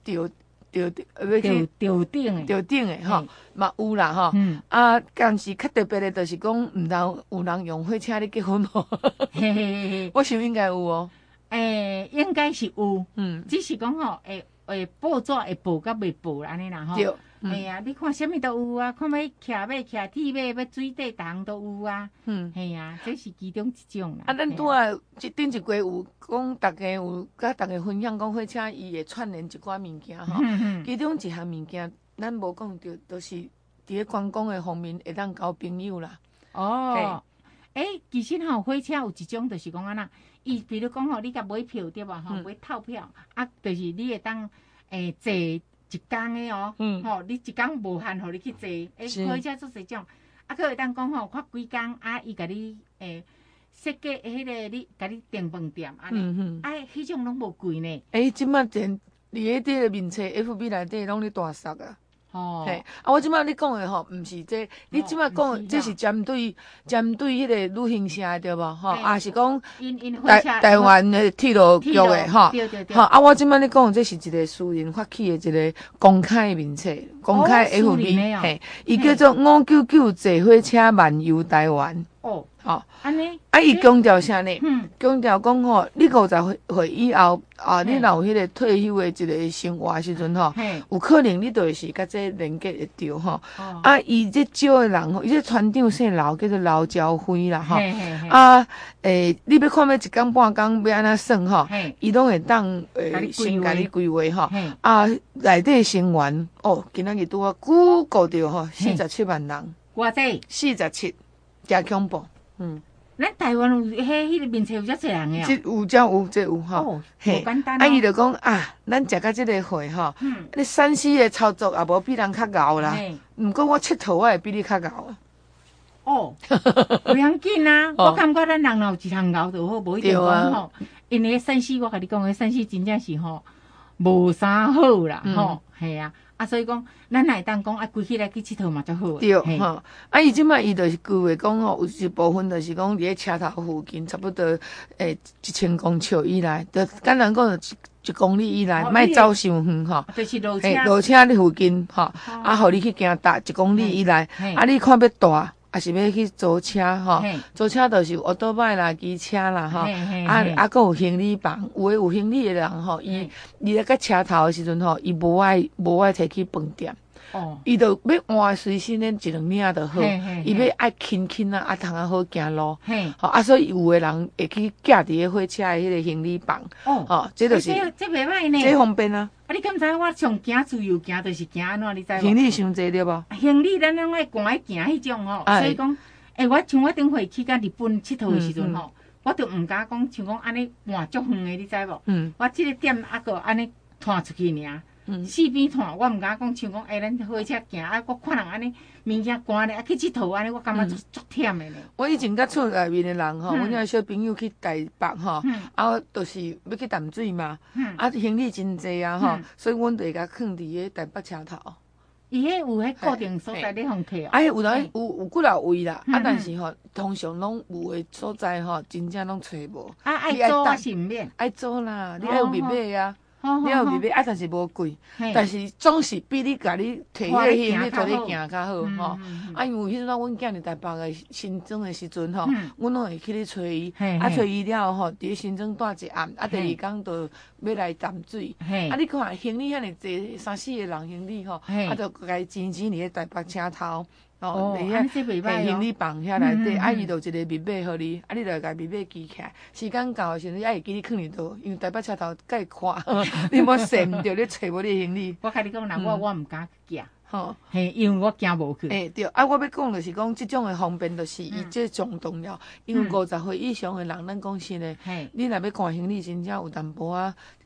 吊顶的吼，嘛有啦吼，啊，但是较特别的，就是讲毋通有人用火车咧结婚无？我想应该有哦。 应该是有，只是讲吼，报纸会报甲未报安尼啦吼。对，啊，你看啥物都有啊，看要骑马、骑铁马、要水底，逐项都有啊。系啊，这是其中一种啦。 啊，咱拄啊，顶一季有讲，大家有甲大家分享讲，火车伊会串联一寡物件吼。其中一项物件，咱无讲到，都是伫咧观光的方面会当交朋友啦。 哦，其实吼，火车有一种就是讲安那。伊比如讲吼，你甲买票对吧？吼，买套票啊，就是你会当坐一天的哦。吼，你一天无限互你去坐。火车做这种，啊，佮会当讲吼，看几工啊，伊甲你设计迄个你甲你订饭店安尼。迄种拢无贵呢。 即摆伫迄啲个面册 FB 内底拢咧大杀啊。 嘿， 我即摆你讲的吼，毋是这，你即摆讲这是针对迄个旅行社对无吼，也是讲台湾的铁路局的吼，吼啊，我即摆你讲这是一个私人发起的一个公开面册，公开 FB， 嘿，伊叫做599坐火车漫游台湾。 哦， 安尼，啊，伊强调啥呢？强调讲吼，你50岁以后啊，你若有迄个退休的一个生活时阵吼，有可能你就是甲这连接会着吼。啊，伊这少的人吼，伊这船长姓刘，叫做刘朝辉啦吼。啊，你要看要一工半工要安怎算吼，伊拢会当先甲你规划吼。啊，内底成员哦，今仔日拄啊Google着吼，47万人。 偌济 ？47。真恐怖， 咱台湾有迄个面册有遮侪人诶哦。这有吼， 嘿，简单。 啊，伊就讲啊，咱食到这个岁吼，你山西的操作也无比人较牛啦。毋过我佚佗我会比你较牛。 哦，不要紧啊，我感觉咱人若有一项牛就好，无一定讲吼。因为山西我甲你讲诶，山西真正是吼无啥好啦，吼，系啊。啊，所以讲，咱会当讲啊，规起来去佚佗嘛，就好。 对，吼。啊，伊即摆伊就是规划讲吼，有一部分就是讲伫咧车头附近，差不多1000公尺以内，就简单讲1公里以内，莫走伤远吼。 就是路车咧附近吼，啊，互你去行搭1公里以内，啊，你看要大。也是要去租车吼，租车就是有奥多麦啦、机车啦吼，啊，搁有行李房，有行李的人吼，伊咧个车头的时阵吼，伊无爱摕去饭店，伊就要换随身的1、2领就好，伊要爱轻啊，通啊好行路，吼啊，所以有的人会去架伫个火车的迄个行李房，吼，这就是这袂歹呢， 这方便啊。 啊，你敢知我上行自由行，就是行安怎？你知无？ 行李伤济对无？ 行李咱拢爱赶爱行迄种吼，所以讲，我像我顶回去甲日本佚佗的时阵吼，我就毋敢讲像讲安尼换足远的，你知无？我即个点啊个安尼拖出去尔，四边拖，我毋敢讲像讲咱火车行啊，我看人安尼物件赶咧，啊去佚佗安尼，我感觉足忝的呢。 我以前甲厝内面的人吼，阮遐小朋友去台北吼，啊，就是要去淡水嘛，啊，行李真济啊吼，所以阮就会甲囥伫个台北车头。 伊迄有迄固定所在咧互客哦。 啊，有人有几落位啦，啊，但是吼，通常拢有的所在吼，真正拢找无。 啊，爱租还是毋免？ 爱租啦，你爱有密码啊。你有密码啊，但是无贵，但是总是比你家己摕迄个行李做你行较好吼。啊，因为迄阵仔阮囝伫台北个新庄的时阵吼，阮拢会去咧找伊，啊找伊了吼，伫新庄住一暗，啊第二天就要来淡水。啊，你看行李遐尼济，3、4个人行李吼，啊就家钱伫咧台北车头。 哦，安尼这袂歹哦。 行李房遐内底，啊，伊就一个密码互你，啊，你就甲密码记起来。时间到的时阵，你会记你囥伫倒，因为台北车头介看，你莫踮毋着，你找无你行李。 我甲你讲，我毋敢寄，吼，嘿，因为我惊无去。 对，啊，我要讲就是讲，即种的方便，就是伊这上重要。因为50岁以上的人，咱讲实的，你若要赶行李，真正有淡薄仔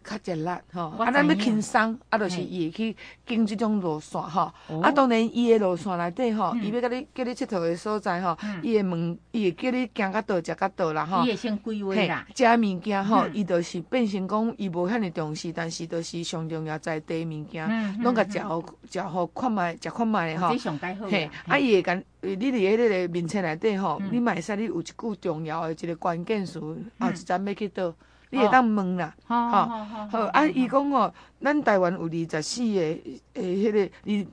较热辣吼， 我咱要知影轻松，就是嘿伊会去经即种路线吼。 哦当然伊的路线内底吼， 嗯伊要甲你佫佚佗的所在吼，伊会问，伊会叫你行到倒，食到倒啦吼。 伊会先规划嘿啦，， 食物件吼， 嗯伊就是变成讲，伊无遐尼重视，但是就是上重要在地物件，拢甲食好看卖，食看卖的吼这。上介好嘿啦，， 伊会甲你伫迄个面册内底吼，你嘛会使你有一句重要的一个关键词，后一站要去倒，你会当问啦。 好好好好，啊，伊讲吼，咱台湾有24个迄个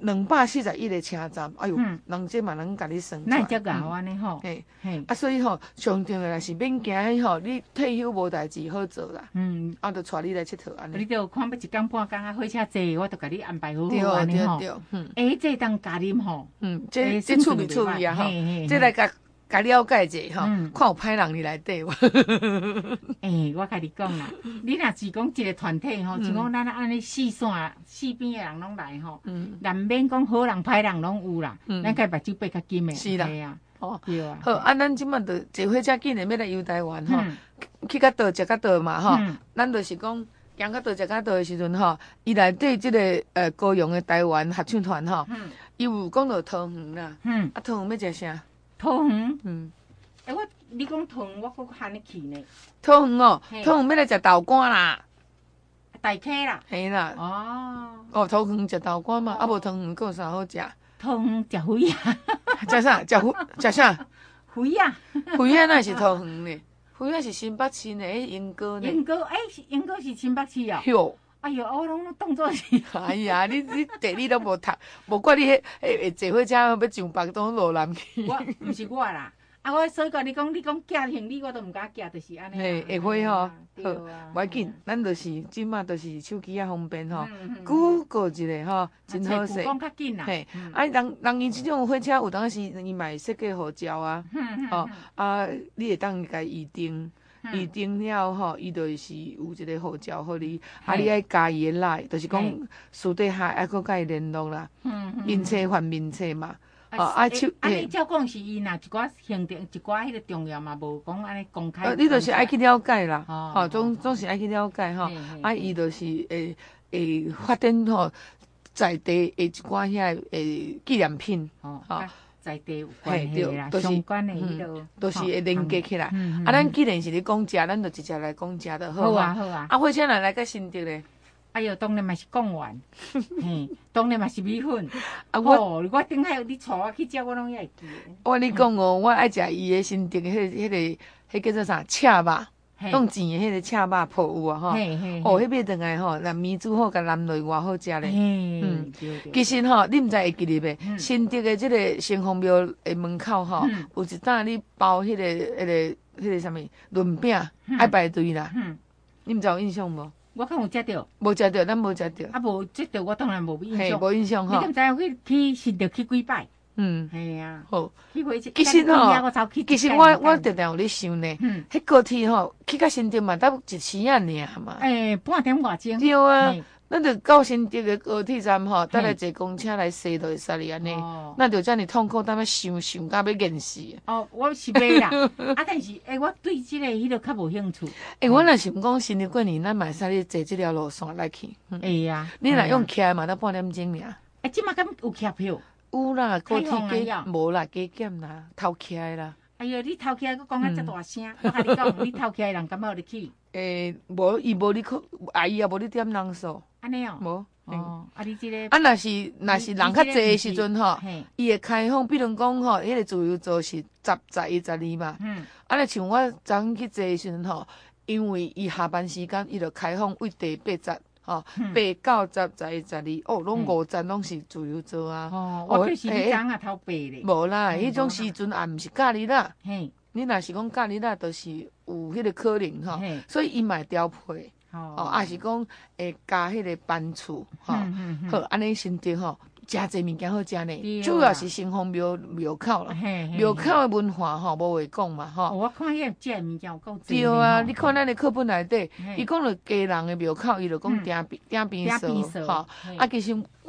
241个车站，哎哟，人这嘛能甲你算出来。 那才搞安尼吼， 嘿， 嘿， 啊，所以吼，上重要的是免惊迄吼，你退休无代志好做啦，啊，就带你来佚佗安你尼。 着看要一工半工啊，火车坐，我着甲你安排好对好安尼吼。 对对， 这当加啉吼， 这趣味趣味啊吼，这来甲了解者吼，看有歹人伫内底无。 我甲你讲啦，你若是讲一个团体吼，像讲咱安尼四线四边的人拢来吼，难免讲好人歹人拢有啦，咱该目睭闭较紧的， 是啦啊， 哦， 对啊， 好，啊，咱即满就坐火车紧的要来游台湾吼，去到倒食到倒嘛吼，咱就是讲行到倒食到倒的时阵吼，伊内底即个高雄的台湾合唱团吼，伊有讲到桃园啦，啊，桃园要食啥？ 桃园，你讲桃园，我搁喊你去呢， 桃园哦，桃园要来食豆干啦， 大溪啦， 嘿啦， 哦， 桃园食豆干嘛，啊无桃园佫有啥好食？ 桃园食鱼啊， 食啥？食啥？ 鱼啊， 鱼啊，那是桃园呢，鱼啊是新北市呢，迄莺歌呢， 英哥是新北市哦。 哟。 哎哟，我拢当作是。 哎呀，你地理都无读，无怪你迄坐火车要上北都落南去。 我毋是我啦，我所以讲你讲寄行李，我都毋敢寄，就是安尼。 嘿，会吼，好， 无要紧，咱就是即马就是手机啊方便吼，Google 一下吼，真好势。 讲较紧啦。 嘿，啊，人伊即种火车有当时伊嘛会设计号召啊，哦，啊，你会当甲预定。预定了吼，伊就是有一个号召互你，啊，你爱加伊的来，就是讲私底下还佫甲伊联络啦，面册换面册嘛， 你照讲是伊若一寡行程一寡迄个重要嘛，无讲安尼公开。 你就是爱去了解啦，吼，总是爱去了解吼，啊，伊就是会发展吼在地的一寡遐纪念品，吼。 在地有关系啦，相关的迄落， 都是会连接起来。啊，咱既然是咧讲食，咱就直接来讲食就好。 好啊，好啊。 啊，火车若来个新竹咧， 哎哟，当然嘛是讲完，当然嘛是米粉。啊，我顶下你带我去食，我拢会记的。 我跟你讲哦，我爱食伊的新竹的迄叫做啥赤肉。用钱的迄个赤肉铺有啊吼，哦，迄买转来吼，那面煮好甲淋落偌好食咧。其实吼，你毋知会记哩袂？新竹的即个城隍庙的门口吼，有一档你包迄个啥物润饼，爱排队啦。你毋知有印象无？ 我敢有食着？ 无食着，咱无食着。 啊，无食着，我当然无印象。 无印象吼。 你敢知影去新竹去几摆？系啊， 好。其实吼， 其实我常常有咧想呢，迄高铁吼去到新竹嘛，才一时啊尔嘛。 半点外钟。 对啊，咱就到新竹的高铁站吼，等来坐公车来坐就会使哩安尼。咱就遮尔痛苦，等要想到要厌死。 哦，我是袂啦，但是我对即个迄个较无兴趣。 我若想讲新竹过年，咱嘛会使咧坐即条路线来去。 会啊， 你若用徛嘛，才半点钟尔。 即马敢有徛票？ 有啦，高铁加无啦，加减啦，偷起来啦。 哎哟，你偷起来，佮讲啊遮大声，我甲你讲，你偷起来人敢要入去？ 无，伊无你去，阿姨也无你点人数。 安尼哦。 无。 哦，你即个。 啊，若是人较济的时阵吼，伊会开放，比如讲吼，迄个自由座是10、11、12嘛。啊，若像我昨昏去坐的时阵吼，因为伊下班时间，伊就开放为第8站。8、9、10、11、12，哦，拢5站拢是自由座啊。 我就是你昨啊偷8咧。 无啦，迄种时阵也毋是假日啦。你若是讲假日啦，就是有迄个可能吼，所以伊嘛会调配。也是讲会加迄个班次吼。好，安尼新竹吼，真济物件好食呢。主要是城隍庙口啦，庙口的文化吼，无话讲嘛吼。 我看遐食物件有够济。 对啊，你看咱的课本内底，伊讲了家人的庙口，伊就讲鼎边烧吼。啊，其实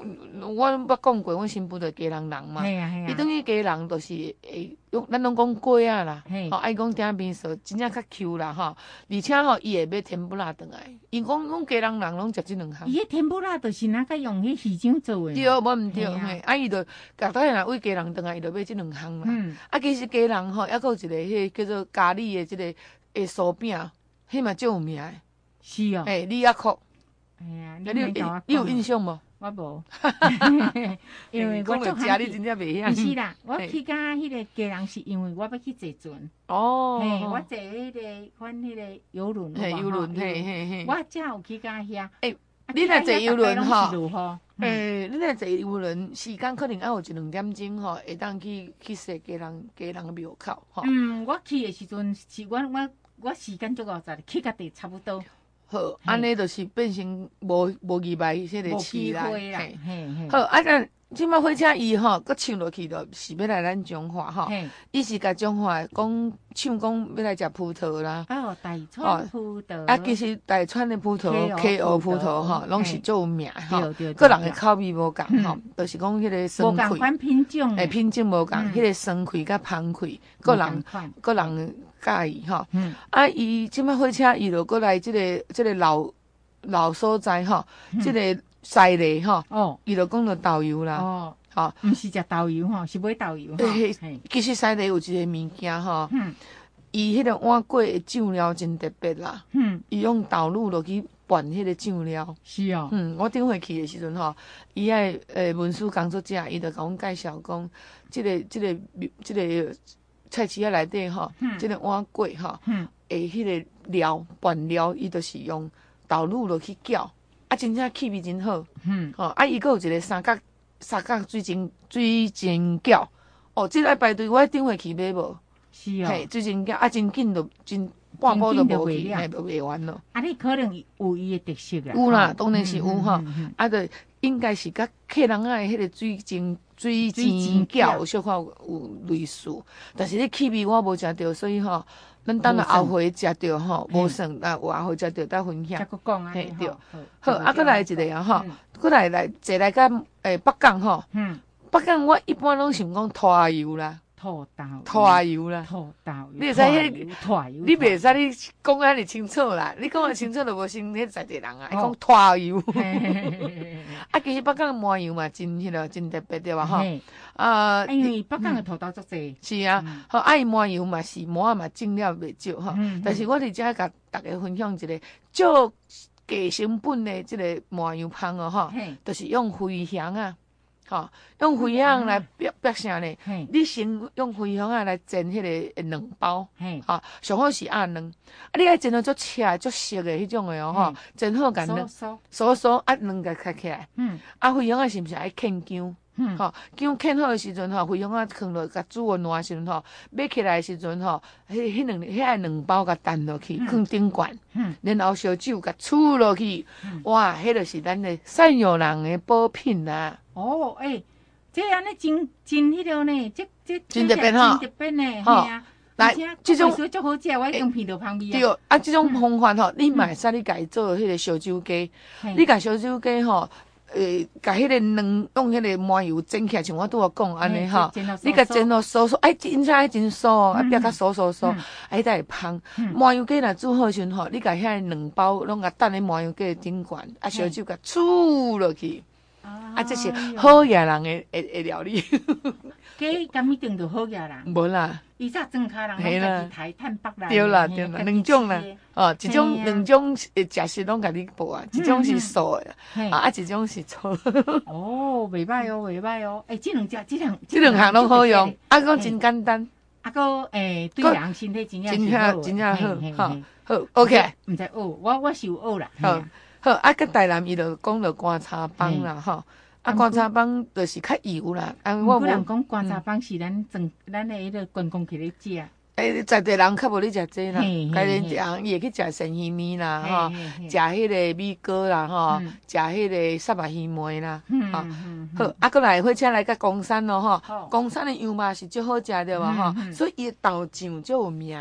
我捌讲过，阮新妇就家人人嘛，伊等于家人就是会用，咱拢讲粿啊啦，爱讲鼎面趖，真正较 Q 啦吼，而且吼伊会买甜不辣转来，伊讲阮家人拢食即两项。 伊迄甜不辣就是哪个用迄鱼浆做诶？ 对，无毋对，嘿，伊就逐摆若为家人转来，伊就买即两项啦。其实家人吼，还佫有一个迄叫做咖喱诶，即个诶酥饼，迄嘛足有名诶。 是哦。 李亚酷。 哎呀， 你有印象无？ 我无，因为我做食你真正袂晓。 毋是啦，我去甲迄个家人是因为我要去坐船。 哦。 嘿，我坐迄个阮迄个游轮。 嘿，游轮，嘿。 我才有去甲遐。 你若坐游轮吼，你若坐游轮，时间可能还有1-2点钟吼，会当去踅家人庙口吼。 我去的时阵是我时间足50，去甲地差不多。 好，安尼就是变成无入来迄个市内。 嘿。 好，咱即摆火车伊吼，佮唱落去就是要来咱中华吼。伊是甲中华讲唱讲要来食葡萄啦。 哦，大川葡萄。 其实大川的葡萄、KO 葡萄吼，拢是足有名吼。个人的口味无共吼，就是讲迄个酸气。 无共品种。 品种无共，迄个酸气甲芳气，个人介意吼。伊即摆火车伊就过来即个老所在吼，即个西里吼，伊就讲到豆油啦。吼， 毋是食豆油吼，是买豆油。 其实西里有一个物件吼，伊迄个碗粿的酱料真特别啦。伊用豆乳落去拌迄个酱料。 是哦。 我顶回去的时阵吼，伊文书工作者，伊就甲阮介绍讲，即个菜市仔内底吼，即个碗粿吼，迄个料拌料，伊就是用豆乳落去搅，真正气味真好。伊佫有一个三角水晶饺，即个排队我顶回去买无。 是哦。 水晶饺真紧就真半晡都无去，就卖完咯。 你可能有伊的特色啦。 有啦，当然是有吼。就应该是甲客人仔的迄个水晶饺有小可有类似，但是你气味我无食着，所以吼，咱等下后回食着吼，无算，有后回食着再分享。 再讲啊， 对。好，再来一个啊吼，再来坐来甲北港吼。北港我一般拢想讲拖油啦。拖油啦，你会使你袂使你讲安尼清楚啦，你讲啊清楚就无信迄在地人啊，伊讲拖油。其实北港麻油嘛，真特别对吧？吼。 因为北港的土豆足济。 是啊，好，伊麻油嘛是麻嘛种了袂少吼，但是我伫遮甲大家分享一个足低成本的即个麻油芳吼，就是用茴香啊。用茴香来表啥呢？你先用茴香来煎迄个卵包，上好是鸭卵。你爱煎到足赤足熟的迄种的吼，煎好干卵，酥卵甲开起来。茴香是毋是爱คั่姜？姜คั่好的时阵茴香放落甲煮温热时阵买起来的时阵迄卵包甲弹落去，放顶悬，然后烧酒甲煮落去，哇，迄就是咱的山药人的补品啦。 这安尼真迄个呢，这真特别吼， 真特别呢，嘿啊！来，这种足好食，我用鼻头旁边。 对，这种方法吼，你嘛会使你家做迄个烧酒鸡，你家烧酒鸡吼，甲迄个卵用迄个麻油煎起来，像我拄仔讲安尼吼，你甲煎到酥酥，真正真酥，别较酥，再会芳。麻油鸡若煮好时阵吼，你甲遐卵包拢甲等咧麻油鸡顶悬，烧酒甲煮落去。这是好野人的料理。 鸡甘一定就好野人。 无啦。 以前庄稼人拢家己抬炭北来。 对啦，两种啦。两种食食拢家己补啊，一种是素的，一种是粗。 袂歹哦。 这两项拢好用，讲真简单。 对人身体真正好。 好 ，OK。 毋知学，我是有学啦。 好，甲台南伊就讲到棺柴帮啦，吼，棺柴帮就是较油啦。 我有人讲棺材帮是咱的迄个观光客咧食。 在地人较无咧食这啦，家己人伊会去食鳝鱼面啦，吼，食迄个米糕啦，吼，食迄个沙白鱼糜啦，好，过来火车来甲公山咯，吼，公山的油嘛是足好食对吧，吼，所以伊的豆酱足有名的。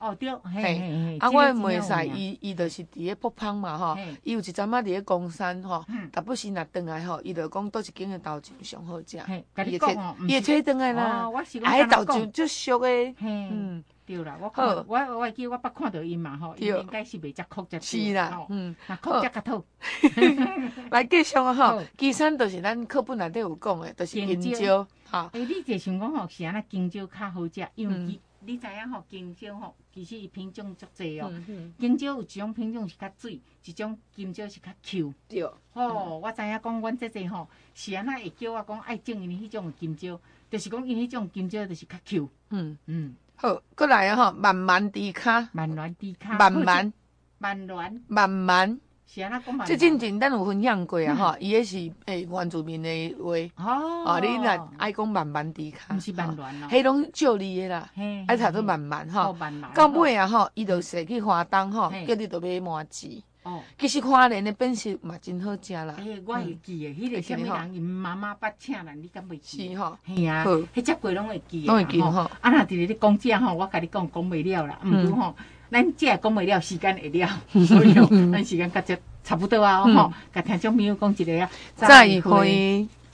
哦对，嘿嘿嘿。 啊，我的妹婿伊就是伫咧北芳嘛吼，伊有一阵仔伫咧公山吼，逐不时若转来吼，伊就讲倒一间的豆浆上好食。 甲你讲哦， 伊会吹转来啦。 我是讲豆浆足俗的。 对啦，我会记我捌看到伊嘛吼，伊应该是袂遮酷遮是啦， 那酷遮较讨。 来继续啊吼，岐山就是咱课本内底有讲的，就是金蕉。哈， 你就想讲吼，是安那金蕉较好食，因为你知影吼，金蕉吼，其实伊品种足济哦。金蕉有一种品种是较水，一种金蕉是较 Q。对。哦，我知影讲，阮姐姐吼是安那会叫我讲爱种因迄种金蕉，就是讲因迄种金蕉就是较 Q。 好，过来啊吼，慢慢低卡， 慢慢低卡， 慢慢。 是安那讲慢。 即进前咱有分享过啊吼，伊迄是原住民的话。哦，你若爱讲慢慢低卡， 毋是慢慢咯。 迄拢照你的啦，爱读做慢慢吼。到尾啊吼，伊就踅去花东吼，叫你着买麻糍。哦，其实花莲的本食嘛真好食啦。 我会记的，迄个啥物人，因妈妈捌请人，你敢袂记？ 是吼。 嘿啊，迄只贵拢会记的。 拢会记吼。 啊，若伫咧你讲这吼，我甲你讲袂了啦。毋过吼，咱这讲袂了，时间会了，所以咱时间甲这差不多啊吼。甲听众朋友讲一个啊， 再会。